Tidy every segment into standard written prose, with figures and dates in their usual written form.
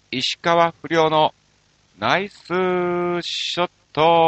石川不良のナイスショッ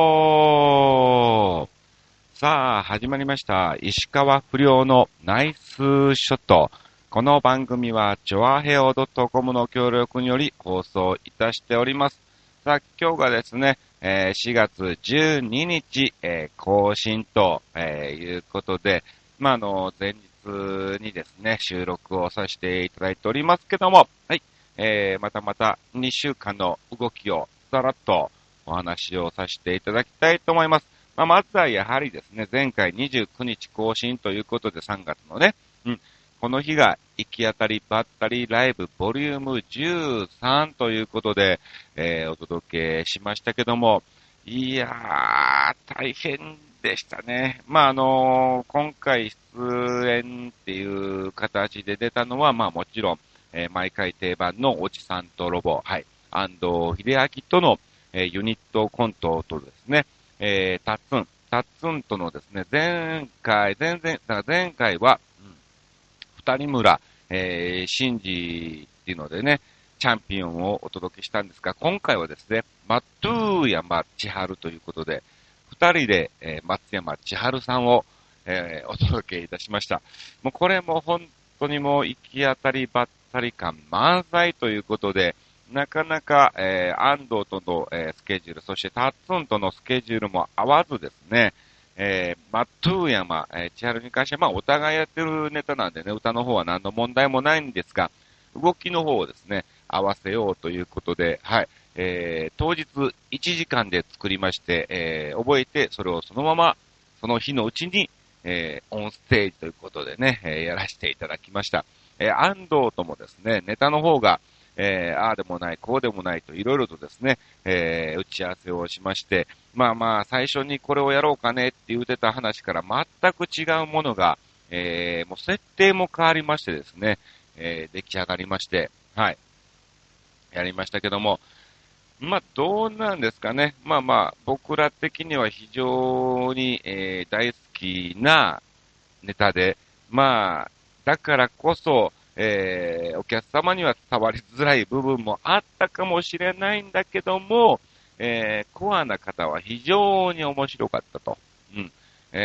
ト。さあ、始まりました。石川不良のナイスショット。この番組は、チョアヘオ .com の協力により放送いたしております。さあ、今日がですね、4月12日、更新と、いうことで、前日にですね、収録をさせていただいておりますけども、はい、また2週間の動きをさらっとお話をさせていただきたいと思います。まずはやはりですね、前回29日更新ということで3月のね、この日が行き当たりばったりライブボリューム13ということで、お届けしましたけども、いやー、大変でしたね。今回出演っていう形で出たのは、もちろん、毎回定番のおじさんとロボ、はい、安藤秀明との、ユニットコントとですね、タッツンとのですね、前回は、二人村、シンジっていうのでね、チャンピオンをお届けしたんですが、今回はですね、マットゥー山千春ということで、二人で、松山千春さんを、お届けいたしました。もうこれも本当にもう行き当たりばったり感満載ということで、なかなか、安藤との、スケジュール、そしてタッツンとのスケジュールも合わずですね、マットゥー山、千春に関しては、お互いやってるネタなんでね、歌の方は何の問題もないんですが、動きの方をですね、合わせようということで、はい、当日1時間で作りまして、覚えて、それをそのまま、その日のうちに、オンステージということでね、やらせていただきました。安藤ともですね、ネタの方が、ああでもない、こうでもないといろいろとですね、打ち合わせをしまして、最初にこれをやろうかねって言ってた話から全く違うものが、もう設定も変わりましてですね、出来上がりまして、はい、やりましたけども、どうなんですかね。僕ら的には非常に、大好きなネタで、だからこそ、お客様には伝わりづらい部分もあったかもしれないんだけども、コアな方は非常に面白かったと。うん。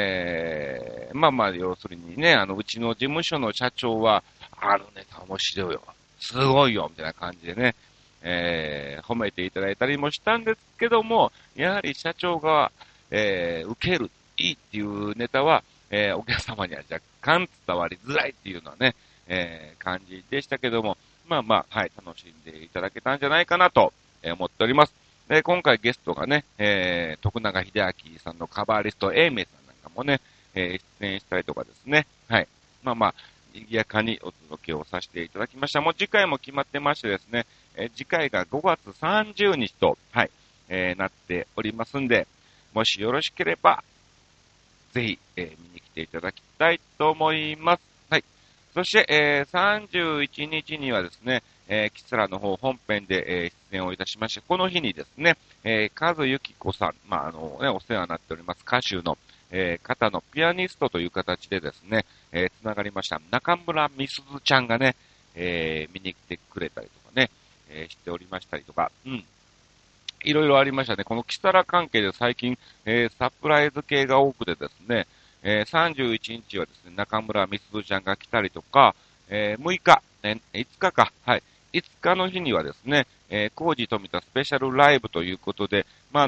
要するにね、うちの事務所の社長は、あのネタ面白いよ。すごいよ、みたいな感じでね、褒めていただいたりもしたんですけども、やはり社長が、受ける、いいっていうネタは、お客様には若干伝わりづらいっていうのはね、感じでしたけども、はい、楽しんでいただけたんじゃないかなと、思っております。今回ゲストがね、徳永秀明さんのカバーリスト、英明さんなんかもね、出演したりとかですね、はい。賑やかにお届けをさせていただきました。もう次回も決まってましてですね、次回が5月30日と、はい、なっておりますんで、もしよろしければ、ぜひ、見に来ていただきたいと思います。はい。そして、31日にはですね、キツラの方本編で、出演をいたしまして、この日にですね、カズユキコさん、お世話になっております歌手の、方のピアニストという形でですね、つながりました。中村みすずちゃんがね、見に来てくれたりとかね、しておりましたりとか、いろいろありましたね。このキサラ関係で最近、サプライズ系が多くてですね、31日はですね、中村みすずちゃんが来たりとか、6日、5日か、はい、5日の日にはですね、コージ富田スペシャルライブということで、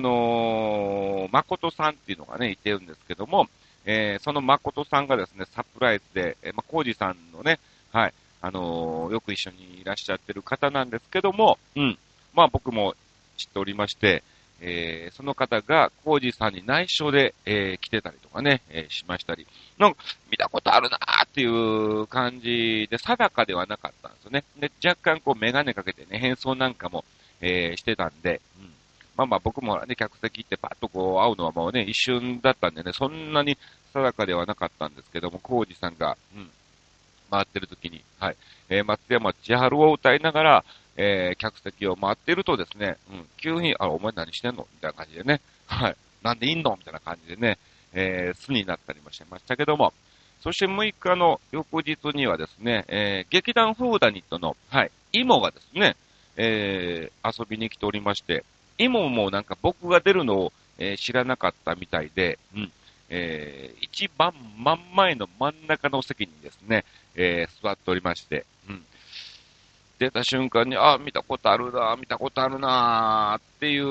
誠さんっていうのがね、いてるんですけども、その誠さんがですね、サプライズで、コージさんのね、はい、よく一緒にいらっしゃってる方なんですけども、僕も知っておりまして、その方がコージさんに内緒で、来てたりとかね、しましたり、なんか見たことあるなーっていう感じで、定かではなかったんですよね。で、若干こうメガネかけてね、変装なんかも、してたんで、僕もね、客席行ってパッとこう会うのはもうね、一瞬だったんでね、そんなに定かではなかったんですけども、コージさんが、回ってる時に、はい、松山千春を歌いながら、客席を回っているとですね、急に、お前何してんのみたいな感じでね、はい、なんでいんのみたいな感じでね、素になったりもしてましたけども、そして6日の翌日にはですね、劇団フーダニットの、はい、イモがですね、 遊びに来ておりまして、妹もなんか僕が出るのを、知らなかったみたいで、一番真ん前の真ん中の席にですね、座っておりまして、出た瞬間に、見たことあるな、見たことあるなっていう、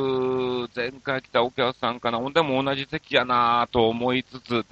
前回来たお客さんかな、ほんでも同じ席やなと思いつつ、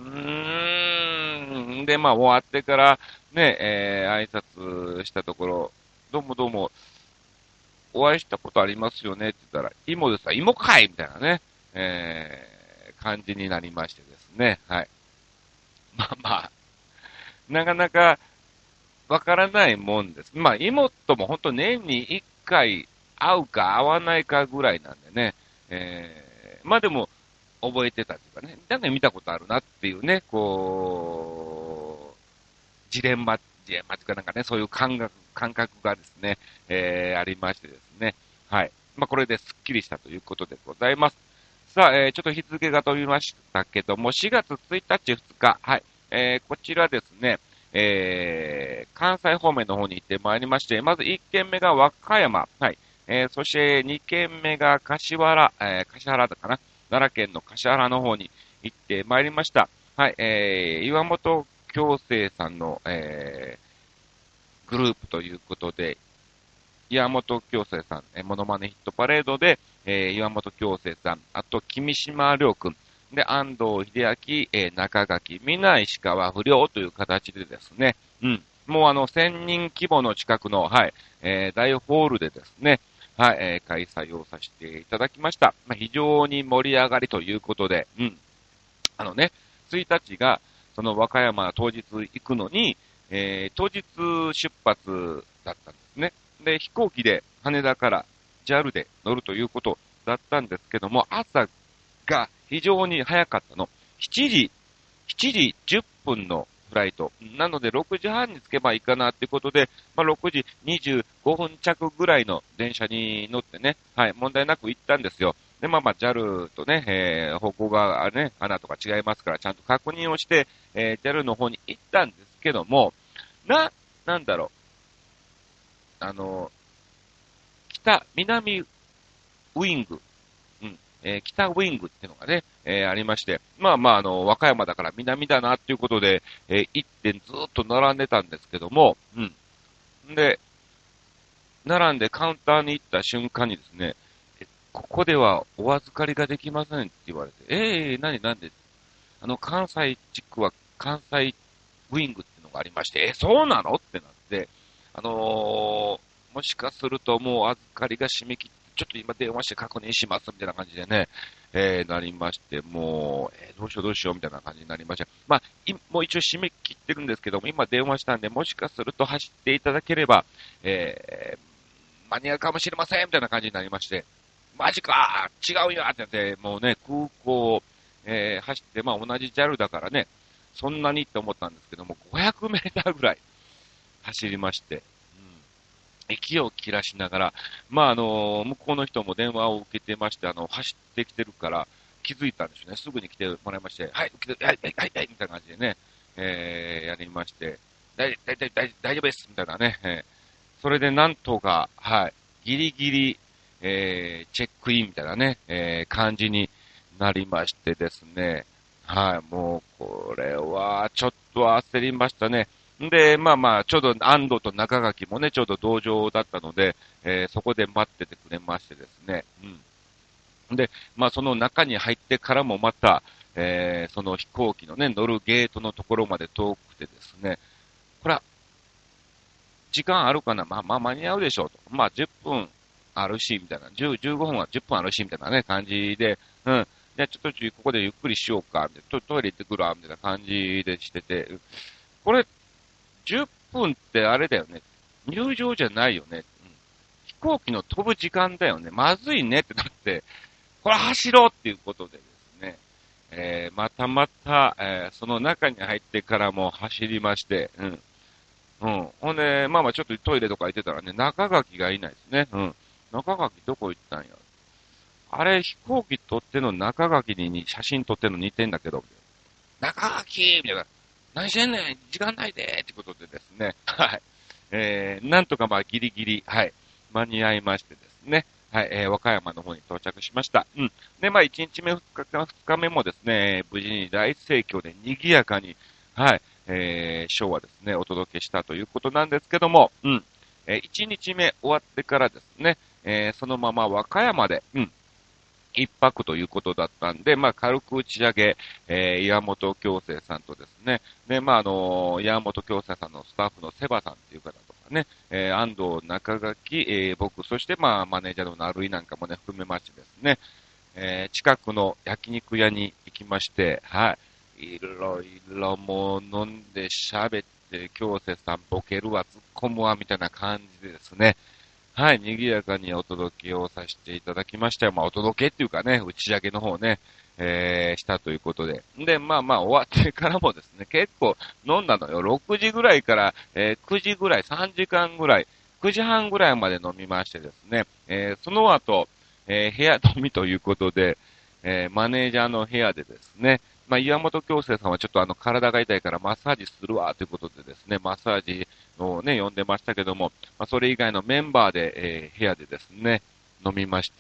で、まあ終わってから、ね、挨拶したところ、どうもどうも、お会いしたことありますよねって言ったら、芋でさ、芋かいみたいなね、感じになりましてですね、はい。まあまあ、なかなか、わからないもんです。まあ、妹も本当年に1回会うか会わないかぐらいなんでね、まあでも、覚えてたっていうかね、なんか見たことあるなっていうね、こう、ジレンマっていうかなんかね、そういう感覚がですね、ありましてですね、はい。まあこれでスッキリしたということでございます。さあ、ちょっと日付が飛びましたけども、4月1日、2日、はい。こちらですね、関西方面の方に行ってまいりまして、まず1軒目が和歌山、はい。そして2軒目が柏原だかな、奈良県の柏原の方に行ってまいりました。はい。岩本京生さんの、グループということで、岩本京生さん、モノマネヒットパレードで、岩本京生さん、あと、君島良くん、で、安藤秀明、中垣、皆石川不良という形でですね、もう1000人規模の近くの、はい、大ホールでですね、はい、開催をさせていただきました。まあ、非常に盛り上がりということで、1日が、その和歌山当日行くのに、当日出発だったんですね。で、飛行機で羽田から JAL で乗るということだったんですけども、朝が非常に早かったの。7時10分のフライト。なので6時半に着けばいいかなっていうことで、まあ、6時25分着ぐらいの電車に乗ってね、はい、問題なく行ったんですよ。で、まあまあ JAL とね、方向がね、穴とか違いますから、ちゃんと確認をして、JAL の方に行ったんですけども、なんだろう、南ウィング、北ウィングっていうのがね、ありまして、まあまあ、和歌山だから南だなっていうことで、1点ずっと並んでたんですけども、で、並んでカウンターに行った瞬間にですね、ここではお預かりができませんって言われて、なんで、関西地区は関西ウィングっていうのがありまして、そうなのってなって、もしかするともう預かりが締め切って、ちょっと今電話して確認しますみたいな感じでね、なりまして、もう、どうしようみたいな感じになりまして、まあ、もう一応締め切ってるんですけども、今電話したんで、もしかすると走っていただければ、間に合うかもしれませんみたいな感じになりまして、マジか違うんやってなって、もうね、空港、走って、まあ同じ JAL だからね、そんなにって思ったんですけども、500メーターぐらい走りまして、息を切らしながら、まあ向こうの人も電話を受けてまして、走ってきてるから気づいたんですよね。すぐに来てもらいまして、はい、はい、はい、はい、はい、みたいな感じでね、やりまして、大丈夫です、みたいなね、それでなんとか、はい、ギリギリ、チェックインみたいなね、感じになりましてですね。はい、もう、これは、ちょっと焦りましたね。で、まあまあ、ちょうど安藤と中垣もね、ちょうど同場だったので、そこで待っててくれましてですね。で、まあその中に入ってからもまた、その飛行機のね、乗るゲートのところまで遠くてですね、これは、時間あるかなまあまあ間に合うでしょうと。まあ10分あるし、みたいな。15分は10分あるし、みたいなね、感じで、じゃあちょっとここでゆっくりしようか、みたいな。トイレ行ってくるわ、みたいな感じでしてて、これ、10分ってあれだよね。入場じゃないよね。飛行機の飛ぶ時間だよね。まずいねってなって、これ走ろうっていうことでですね、またまた、その中に入ってからも走りまして、ほんで、まあまあちょっとトイレとか行ってたらね、中垣がいないですね。中垣どこ行ったんや。あれ、飛行機撮っての中垣に写真撮ってんの似てんだけど、中垣みたいな。何してんねん時間ないでってことでですね。はい。なんとかまあギリギリ、はい。 間に合いましてですね、はい、和歌山の方に到着しました。うん。で、まあ、1日目、2日目もですね、無事に大盛況で賑やかに、はい、ショーはですね、お届けしたということなんですけども、うん。1日目終わってからですね、そのまま和歌山で、うん、一泊ということだったんで、まあ、軽く打ち上げ、岩本京生さんとですね、で、まあ、岩本京生さんのスタッフのセバさんっていう方とかね、安藤中垣、僕、そしてまあ、マネージャーの成井なんかもね、含めましてですね、近くの焼肉屋に行きまして、はい、いろいろもう飲んで喋って、京生さんボケるわ、突っ込むわ、みたいな感じでですね、はい、賑やかにお届けをさせていただきましたよ。まあ、お届けっていうかね、打ち上げの方ね、したということで。で、まあまあ、終わってからもですね、結構飲んだのよ。6時ぐらいから、9時ぐらい、3時間ぐらい、9時半ぐらいまで飲みましてですね、その後、部屋飲みということで、マネージャーの部屋でですね、まあ、岩本京生さんはちょっと体が痛いからマッサージするわ、ということでですね、マッサージをね、呼んでましたけども、まあ、それ以外のメンバーで、部屋でですね、飲みまして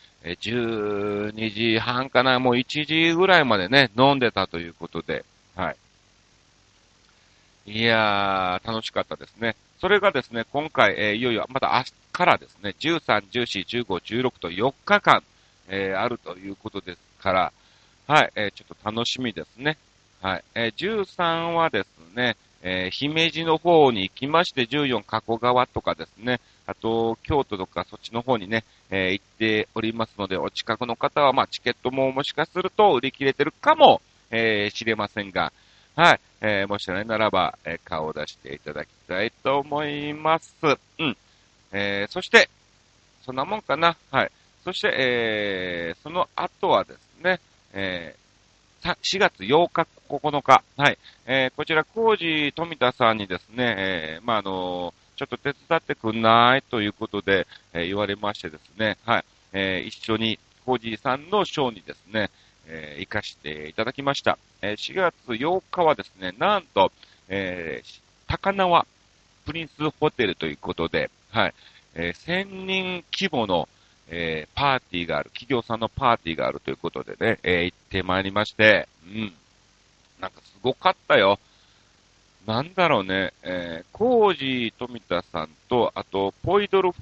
、12時半かな、もう1時ぐらいまでね、飲んでたということで、はい。いやー、楽しかったですね。それがですね、今回、いよいよ、また明日からですね、13、14、15、16と4日間、あるということですから、はい、ちょっと楽しみですね。はい、13はですね、姫路の方に行きまして、14、加古川とかですね、あと、京都とかそっちの方にね、行っておりますので、お近くの方は、まあ、チケットももしかすると売り切れてるかも、しれませんが、はい、もしあれならば、顔を出していただきたいと思います。うん。そして、そんなもんかな。はい。そして、その後はですね、4月8日、9日。はい。こちら、工事富田さんにですね、まあ、ちょっと手伝ってくんないということで、言われましてですね、はい。一緒に、工事さんのショーにですね、行かしていただきました。4月8日はですね、なんと、高輪プリンスホテルということで、はい。1000人規模の、パーティーがある、企業さんのパーティーがあるということでね、行ってまいりまして、うん。なんかすごかったよ。なんだろうね、コージ富田さんと、あと、ポイドル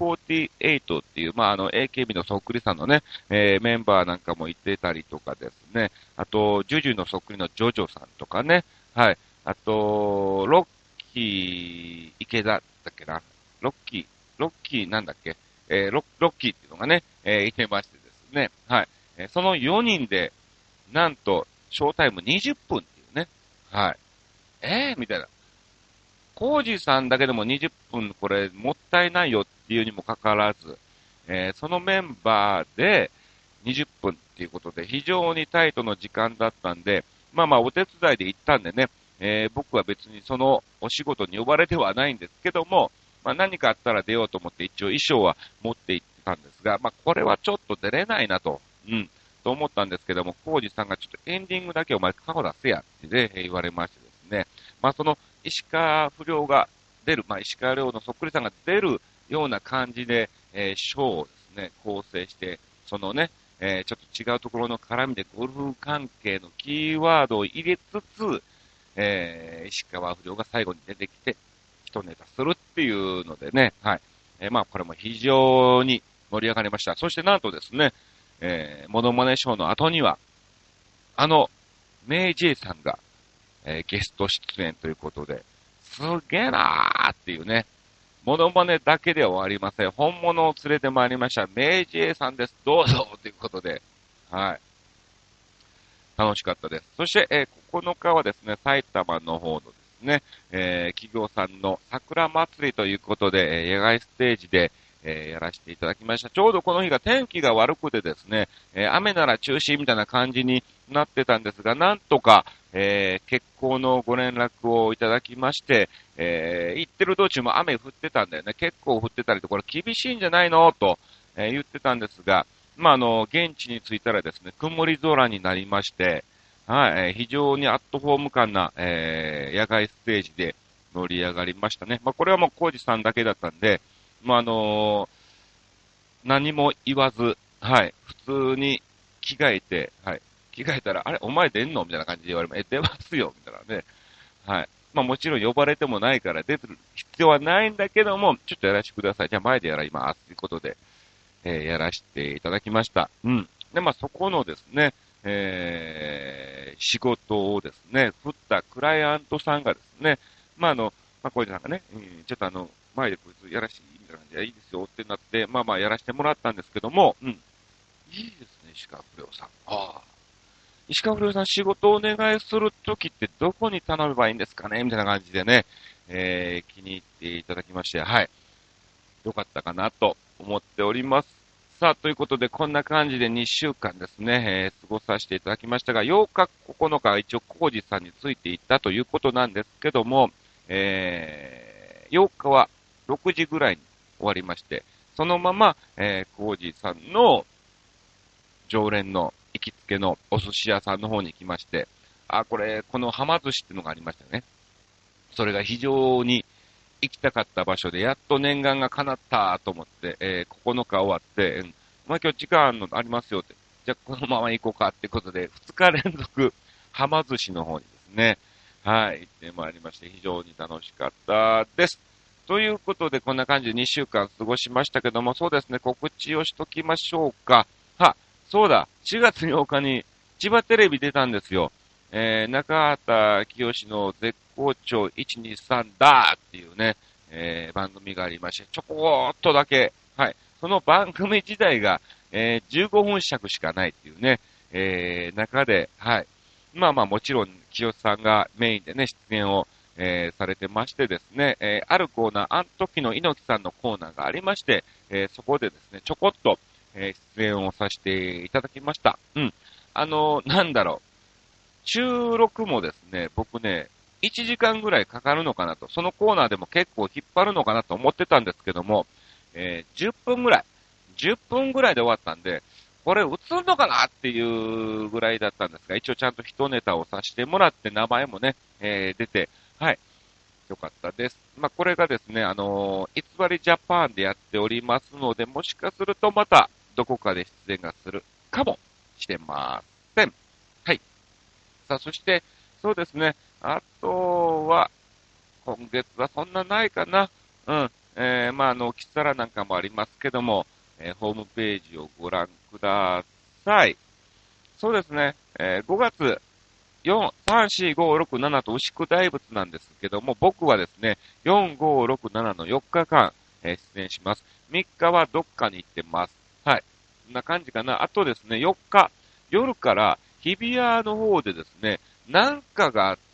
48っていう、まあ、AKB のそっくりさんのね、メンバーなんかもいてたりとかですね、あと、ジュジュのそっくりのジョジョさんとかね、はい、あと、ロッキー池田だっけな、ロッキーなんだっけ、ロッキーっていうのがね、いてましてですね、はい、その4人で、なんと、ショータイム20分っていうね、はい、みたいな。コージさんだけでも20分これもったいないよっていうにもかかわらず、そのメンバーで20分っていうことで非常にタイトの時間だったんで、まあまあお手伝いで行ったんでね、僕は別にそのお仕事に呼ばれてはないんですけども、まあ何かあったら出ようと思って一応衣装は持って行ってたんですが、まあこれはちょっと出れないなと、うん、と思ったんですけども、コージさんがちょっとエンディングだけお前顔出せやってね、言われましてですね、まあその石川不良が出る、まあ、石川遼のそっくりさんが出るような感じで、ショーをですね、構成して、そのね、ちょっと違うところの絡みでゴルフ関係のキーワードを入れつつ、石川不良が最後に出てきて、一ネタするっていうのでね、はい。まあ、これも非常に盛り上がりました。そしてなんとですね、モノマネショーの後には、メイジェイさんが、ゲスト出演ということで、すげえなーっていうね、モノマネだけでは終わりません。本物を連れてまいりました。メイジエイさんです。どうぞということで、はい。楽しかったです。そして、9日はですね、埼玉の方のですね、企業さんの桜祭りということで、野外ステージで、やらせていただきました。ちょうどこの日が天気が悪くてですね、雨なら中止みたいな感じになってたんですが、なんとか、欠航のご連絡をいただきまして、行ってる道中も雨降ってたんだよね。結構降ってたりと、これ厳しいんじゃないのと、言ってたんですが、まあ、現地に着いたらですね、曇り空になりまして、はい、非常にアットホーム感な、野外ステージで盛り上がりましたね。まあ、これはもうコージさんだけだったんで、まあ、 何も言わず、はい、普通に着替えて、はい、着替えたら、あれ、お前出んのみたいな感じで言われます。出ますよみたいなね。はい。まあもちろん呼ばれてもないから出てる必要はないんだけども、ちょっとやらせてください。じゃあ前でやります。ということで、やらせていただきました。うん。で、まあそこのですね、仕事をですね、振ったクライアントさんがですね、まあまあ小出さんがね、ちょっと前でこいつやらしていいみたいな感じで、いいですよってなって、まあまあやらせてもらったんですけども、うん。いいですね、石川不良さん。ああ。石川不良さん仕事をお願いするときってどこに頼めばいいんですかねみたいな感じでね、気に入っていただきまして、はい。よかったかなと思っております。さあ、ということで、こんな感じで2週間ですね、過ごさせていただきましたが、8日、9日は一応、コージさんについていったということなんですけども、8日は6時ぐらいに終わりまして、そのまま、コージさんの常連の行きつけのお寿司屋さんの方に行きまして、この浜寿司っていうのがありましたね。それが非常に行きたかった場所で、やっと念願が叶ったと思って、9日終わって、まあ今日時間ありますよって、じゃあこのまま行こうかってことで、2日連続、浜寿司の方にですね、はい、行ってまいりまして、非常に楽しかったです。ということで、こんな感じで2週間過ごしましたけども、そうですね、告知をしときましょうか。そうだ、4月8日に千葉テレビ出たんですよ。中畑清の絶好調123だっていうね、番組がありまして、ちょこーっとだけ、はい、その番組自体が、15分尺しかないっていうね、中で、はい、まあまあもちろん清さんがメインでね、出演を、されてましてですね、あるコーナー、あの時の猪木さんのコーナーがありまして、そこでですね、ちょこっと、出演をさせていただきました。うん。なんだろう。収録もですね、僕ね、1時間ぐらいかかるのかなと、そのコーナーでも結構引っ張るのかなと思ってたんですけども、10分ぐらい、10分ぐらいで終わったんで、これ映んのかなっていうぐらいだったんですが、一応ちゃんと一ネタをさせてもらって名前もね、出て、はい、よかったです。まあ、これがですね、偽りジャパンでやっておりますので、もしかするとまたどこかで出演がするかもしてません。はい。さあ、そして、そうですね、あとは、今月はそんなないかな。うん。まあ、キサラなんかもありますけども、ホームページをご覧ください。そうですね、5月4、3、4、5、6、7と牛久大仏なんですけども、僕はですね、4、5、6、7の4日間、出演します。3日はどっかに行ってます。はい。こんな感じかな。あとですね、4日、夜から日比谷の方でですね、なんかがあって、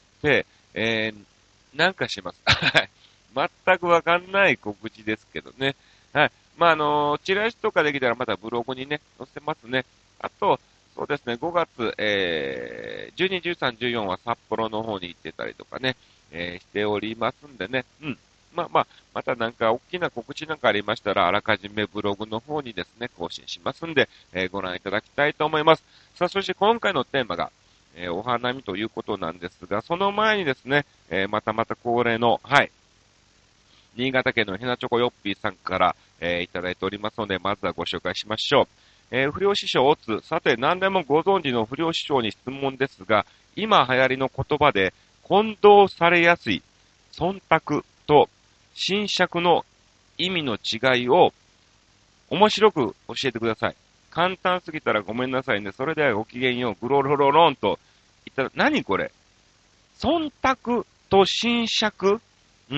なんかします。はい。全くわかんない告知ですけどね。はい。まあ、チラシとかできたらまたブログにね、載せますね。あと、そうですね、5月、12、13、14は札幌の方に行ってたりとかね、しておりますんでね、うん。まあまあ、またなんか大きな告知なんかありましたら、あらかじめブログの方にですね、更新しますんで、ご覧いただきたいと思います。さあ、そして今回のテーマが、お花見ということなんですが、その前にですね、また恒例の、はい、新潟県のひなチョコヨッピーさんから、いただいておりますので、まずはご紹介しましょう。不良師匠オツ。さて、何でもご存知の不良師匠に質問ですが、今流行りの言葉で、混同されやすい、忖度と新釈の意味の違いを面白く教えてください。簡単すぎたらごめんなさいね。それではごきげんよう。グロロロロンと言ったら、何これ？忖度と新釈？うん。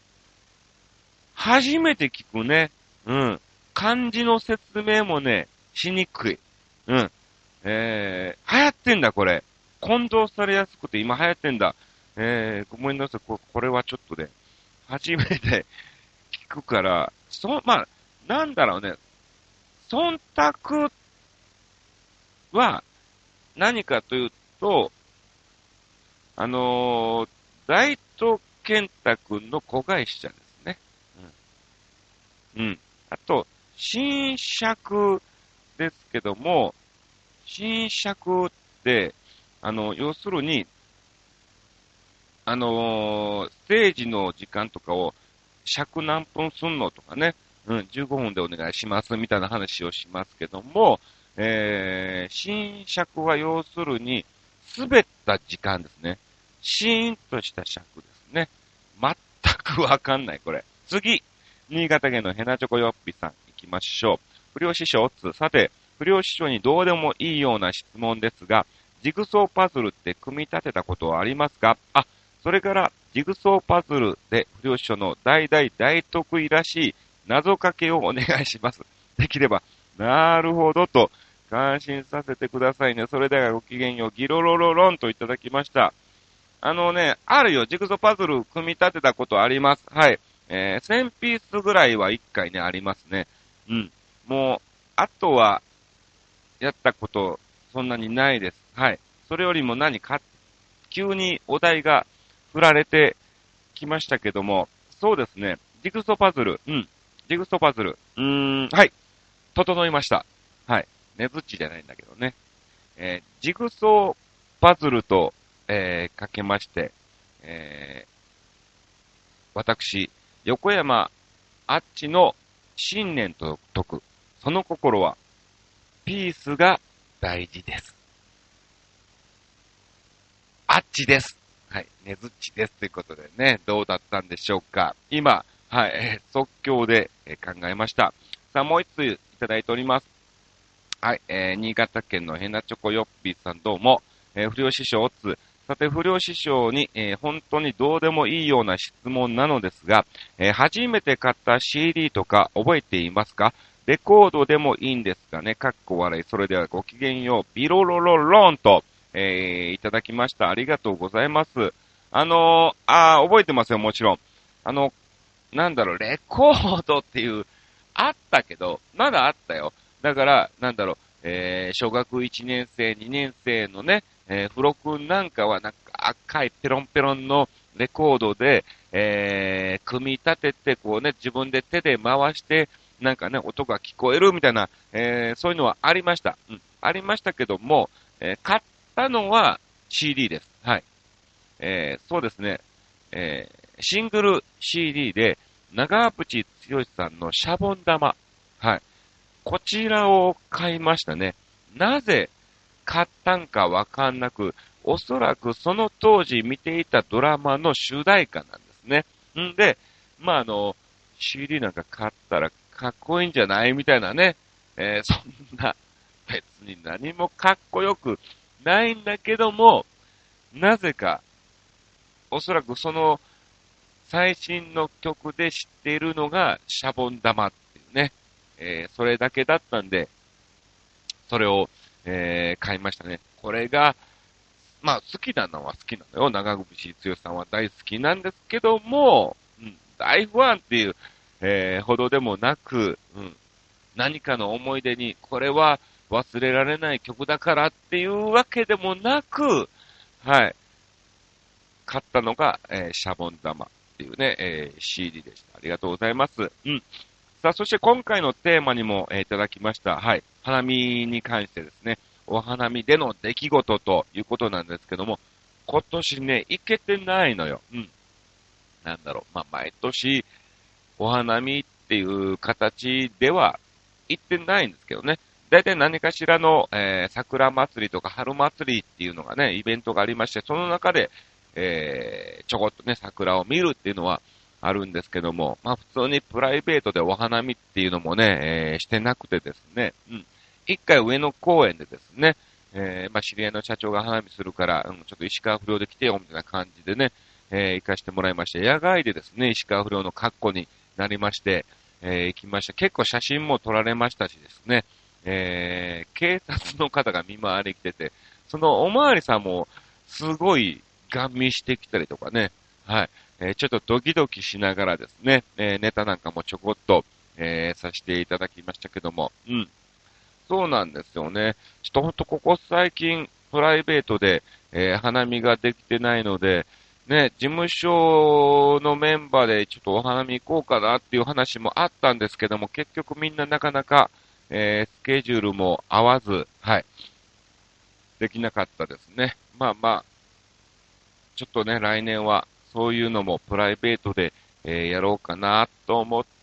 初めて聞くね。うん。漢字の説明もね、しにくい。うん。流行ってんだ、これ。混同されやすくて今流行ってんだ。ごめんなさい。これはちょっとね、初めて聞くから、まあ、なんだろうね。忖度は何かというと、あのー大東健太君の子会社ですね。うん。うん。あと、新釈ですけども、新釈って、要するに、ステージの時間とかを尺何分すんのとかね、 15分でお願いしますみたいな話をしますけども、新尺は要するに、滑った時間ですね。シーンとした尺ですね。全くわかんない、これ。次、新潟県のヘナチョコヨッピさん行きましょう。不良師匠つ、さて、不良師匠にどうでもいいような質問ですが、ジグソーパズルって組み立てたことはありますか？それから、ジグソーパズルで不良師匠の大大大得意らしい謎かけをお願いします。できれば、なるほどと感心させてくださいね。それではごきげんよう、ギロロロロンといただきました。あるよ、ジグソーパズル組み立てたことあります。はい。1000ピースぐらいは1回ね、ありますね。うん。もう、あとは、やったこと、そんなにないです。はい。それよりも急にお題が振られてきましたけども、そうですね。ジグソーパズル。ジグソーパズル。はい。整いました。はい。ねずっちじゃないんだけどね。ジグソーパズルと、かけまして、私、横山あっちの信念と解く。その心は、ピースが大事です。あっちです。はい。ねずっちです。ということでね、どうだったんでしょうか。今、はい、即興で考えました。さあ、もう一ついただいております。はい、新潟県のヘナチョコヨッピーさんどうも、不良師匠おつ。さて、不良師匠に、本当にどうでもいいような質問なのですが、初めて買った CD とか覚えていますか？レコードでもいいんですかね。かっこ笑い。それではごきげんよう。ビロロロロンと、いただきました。ありがとうございます。覚えてますよ、もちろん。レコードっていう、あったけど、まだあったよ。だから、小学1年生、2年生のね、付録なんかはなんか赤いペロンペロンのレコードで、組み立てて、こうね、自分で手で回して、なんかね、音が聞こえるみたいな、そういうのはありました。ありましたけども、買ったのは CD です。はい。そうですね。シングル CD で、長渕剛さんのシャボン玉。はい。こちらを買いましたね。なぜ買ったんかわかんなく、おそらくその当時見ていたドラマの主題歌なんですね。んで、CD なんか買ったらかっこいいんじゃないみたいなね。そんな、別に何もかっこよくないんだけども、なぜか、おそらくその最新の曲で知っているのがシャボン玉っていうね。それだけだったんで、それを、買いましたね。これが、好きなのは好きなのよ。長渕剛さんは大好きなんですけども、大ファンっていう、ほどでもなく、何かの思い出に、これは忘れられない曲だからっていうわけでもなく、はい、買ったのが、シャボン玉っていうね、CD でした。ありがとうございます。さあ、そして今回のテーマにも、いただきました。はい。花見に関してですね。お花見での出来事ということなんですけども、今年ね、行けてないのよ。毎年、お花見っていう形では行ってないんですけどね。だいたい何かしらの、桜祭りとか春祭りっていうのがね、イベントがありまして、その中で、ちょこっとね、桜を見るっていうのはあるんですけども、普通にプライベートでお花見っていうのもね、してなくてですね、一回上野公園でですね、知り合いの社長が花見するから、ちょっと石川不良で来てよ、みたいな感じでね、行かしてもらいまして、野外でですね、石川不良の格好になりまして、行きました。結構写真も撮られましたしですね、警察の方が見回り来てて、そのおまわりさんもすごいガン見してきたりとかね、はい、ちょっとドキドキしながらですね、ネタなんかもちょこっと、させていただきましたけども、そうなんですよね。ちょっとほんとここ最近、プライベートで、花見ができてないので、ね、事務所のメンバーでちょっとお花見行こうかなっていう話もあったんですけども、結局みんななかなか、スケジュールも合わず、はい、できなかったですね。ちょっとね、来年はそういうのもプライベートで、やろうかなと思っ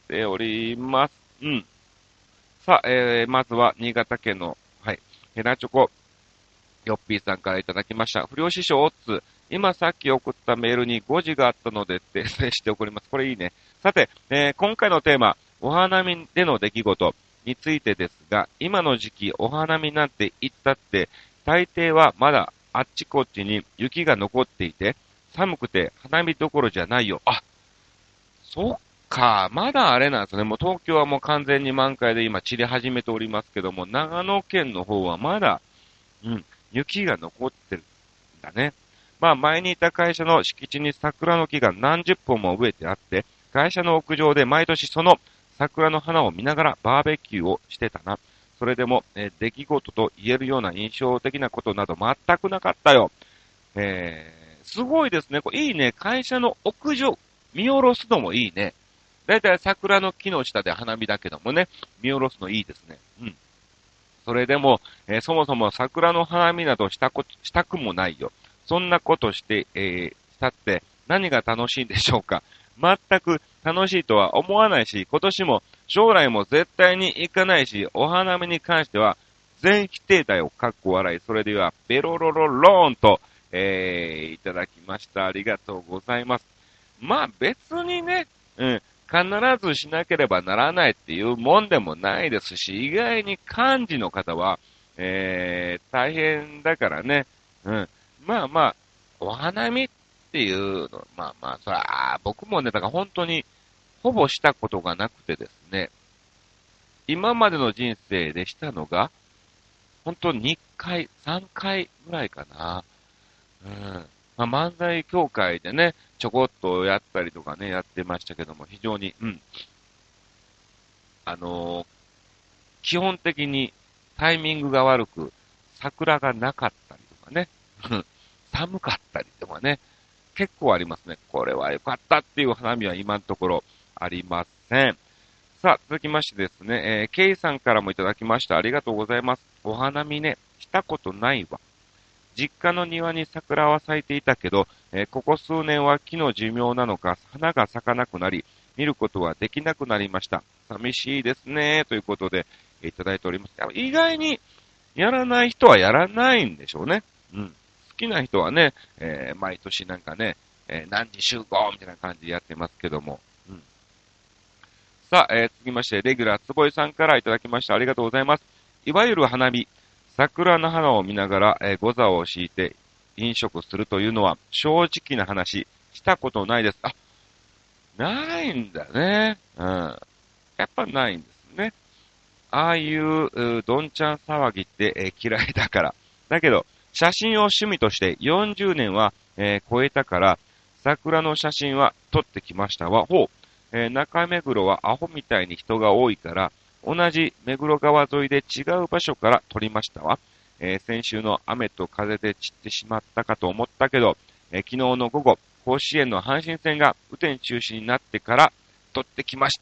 ております。うん。さあ、まずは新潟県の、はい、ヘナチョコ、ヨッピーさんからいただきました。不良師匠オッツ。今さっき送ったメールに誤字があったので訂正して送ります。これいいね。さて、今回のテーマ、お花見での出来事についてですが、今の時期お花見なんて言ったって、大抵はまだあっちこっちに雪が残っていて、寒くて花見どころじゃないよ。あ、そっか、まだあれなんですね。もう東京はもう完全に満開で今散り始めておりますけども、長野県の方はまだ、うん、雪が残ってるんだね。まあ前にいた会社の敷地に桜の木が何十本も植えてあって、会社の屋上で毎年その桜の花を見ながらバーベキューをしてたな。それでも、出来事と言えるような印象的なことなど全くなかったよ。すごいですね。これいいね。会社の屋上、見下ろすのもいいね。だいたい桜の木の下で花見だけどもね、見下ろすのいいですね。うん。それでも、そもそも桜の花見などしたくもないよ。そんなことして、したって何が楽しいんでしょうか。全く楽しいとは思わないし、今年も将来も絶対に行かないし、お花見に関しては全否定だよ。かっこ笑い。それでは、ベロロロローンと、いただきました。ありがとうございます。まあ別にね、うん、必ずしなければならないっていうもんでもないですし、意外に幹事の方は、大変だからね、うん。まあまあ、お花見っていうの、まあまあ、そら、僕もね、だから本当に、ほぼしたことがなくてですね、今までの人生でしたのが、本当2回、3回ぐらいかな。うん。まあ、漫才協会でね、ちょこっとやったりとかね、やってましたけども、非常に、うん。あのー基本的にタイミングが悪く、桜がなかったりとかね、寒かったりとかね、結構ありますね。これは良かったっていう花見は今のところありません。さあ、続きましてですね、ケイさんからもいただきました。ありがとうございます。お花見ね、したことないわ。実家の庭に桜は咲いていたけど、ここ数年は木の寿命なのか、花が咲かなくなり、見ることはできなくなりました。寂しいですね、ということで、いただいております。意外に、やらない人はやらないんでしょうね。うん。好きな人はね、毎年なんかね、何時集合みたいな感じでやってますけども。うん。さあ、続きまして、レギュラーつぼいさんからいただきました。ありがとうございます。いわゆる花見、桜の花を見ながら、ゴザを敷いて飲食するというのは正直な話、したことないです。あ、ないんだね。うん。やっぱないんですね。ああいう、どんちゃん騒ぎって、嫌いだから。だけど、写真を趣味として40年は、超えたから、桜の写真は撮ってきましたわ。ほう。中目黒はアホみたいに人が多いから、同じ目黒川沿いで違う場所から撮りましたわ。先週の雨と風で散ってしまったかと思ったけど、昨日の午後、甲子園の阪神戦が雨天中止になってから撮ってきました。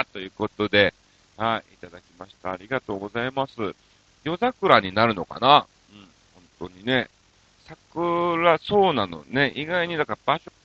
ということで、はい、いただきました。ありがとうございます。夜桜になるのかな。うん、本当にね。桜、そうなのね。意外に、だから場所、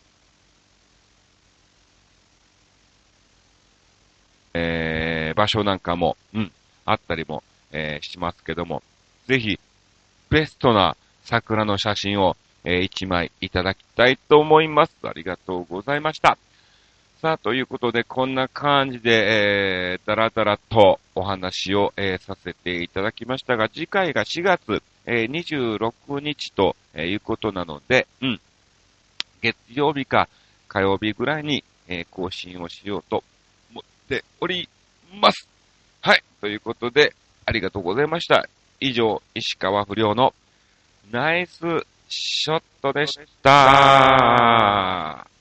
場所なんかも、うん、あったりも、しますけども、ぜひ、ベストな桜の写真を、一枚いただきたいと思います。ありがとうございました。さあ、ということで、こんな感じで、だらだらとお話を、させていただきましたが、次回が4月、26日ということなので、うん、月曜日か火曜日ぐらいに、更新をしようと思っております。はい。ということで、ありがとうございました。以上、石川不良のナイスショットでした。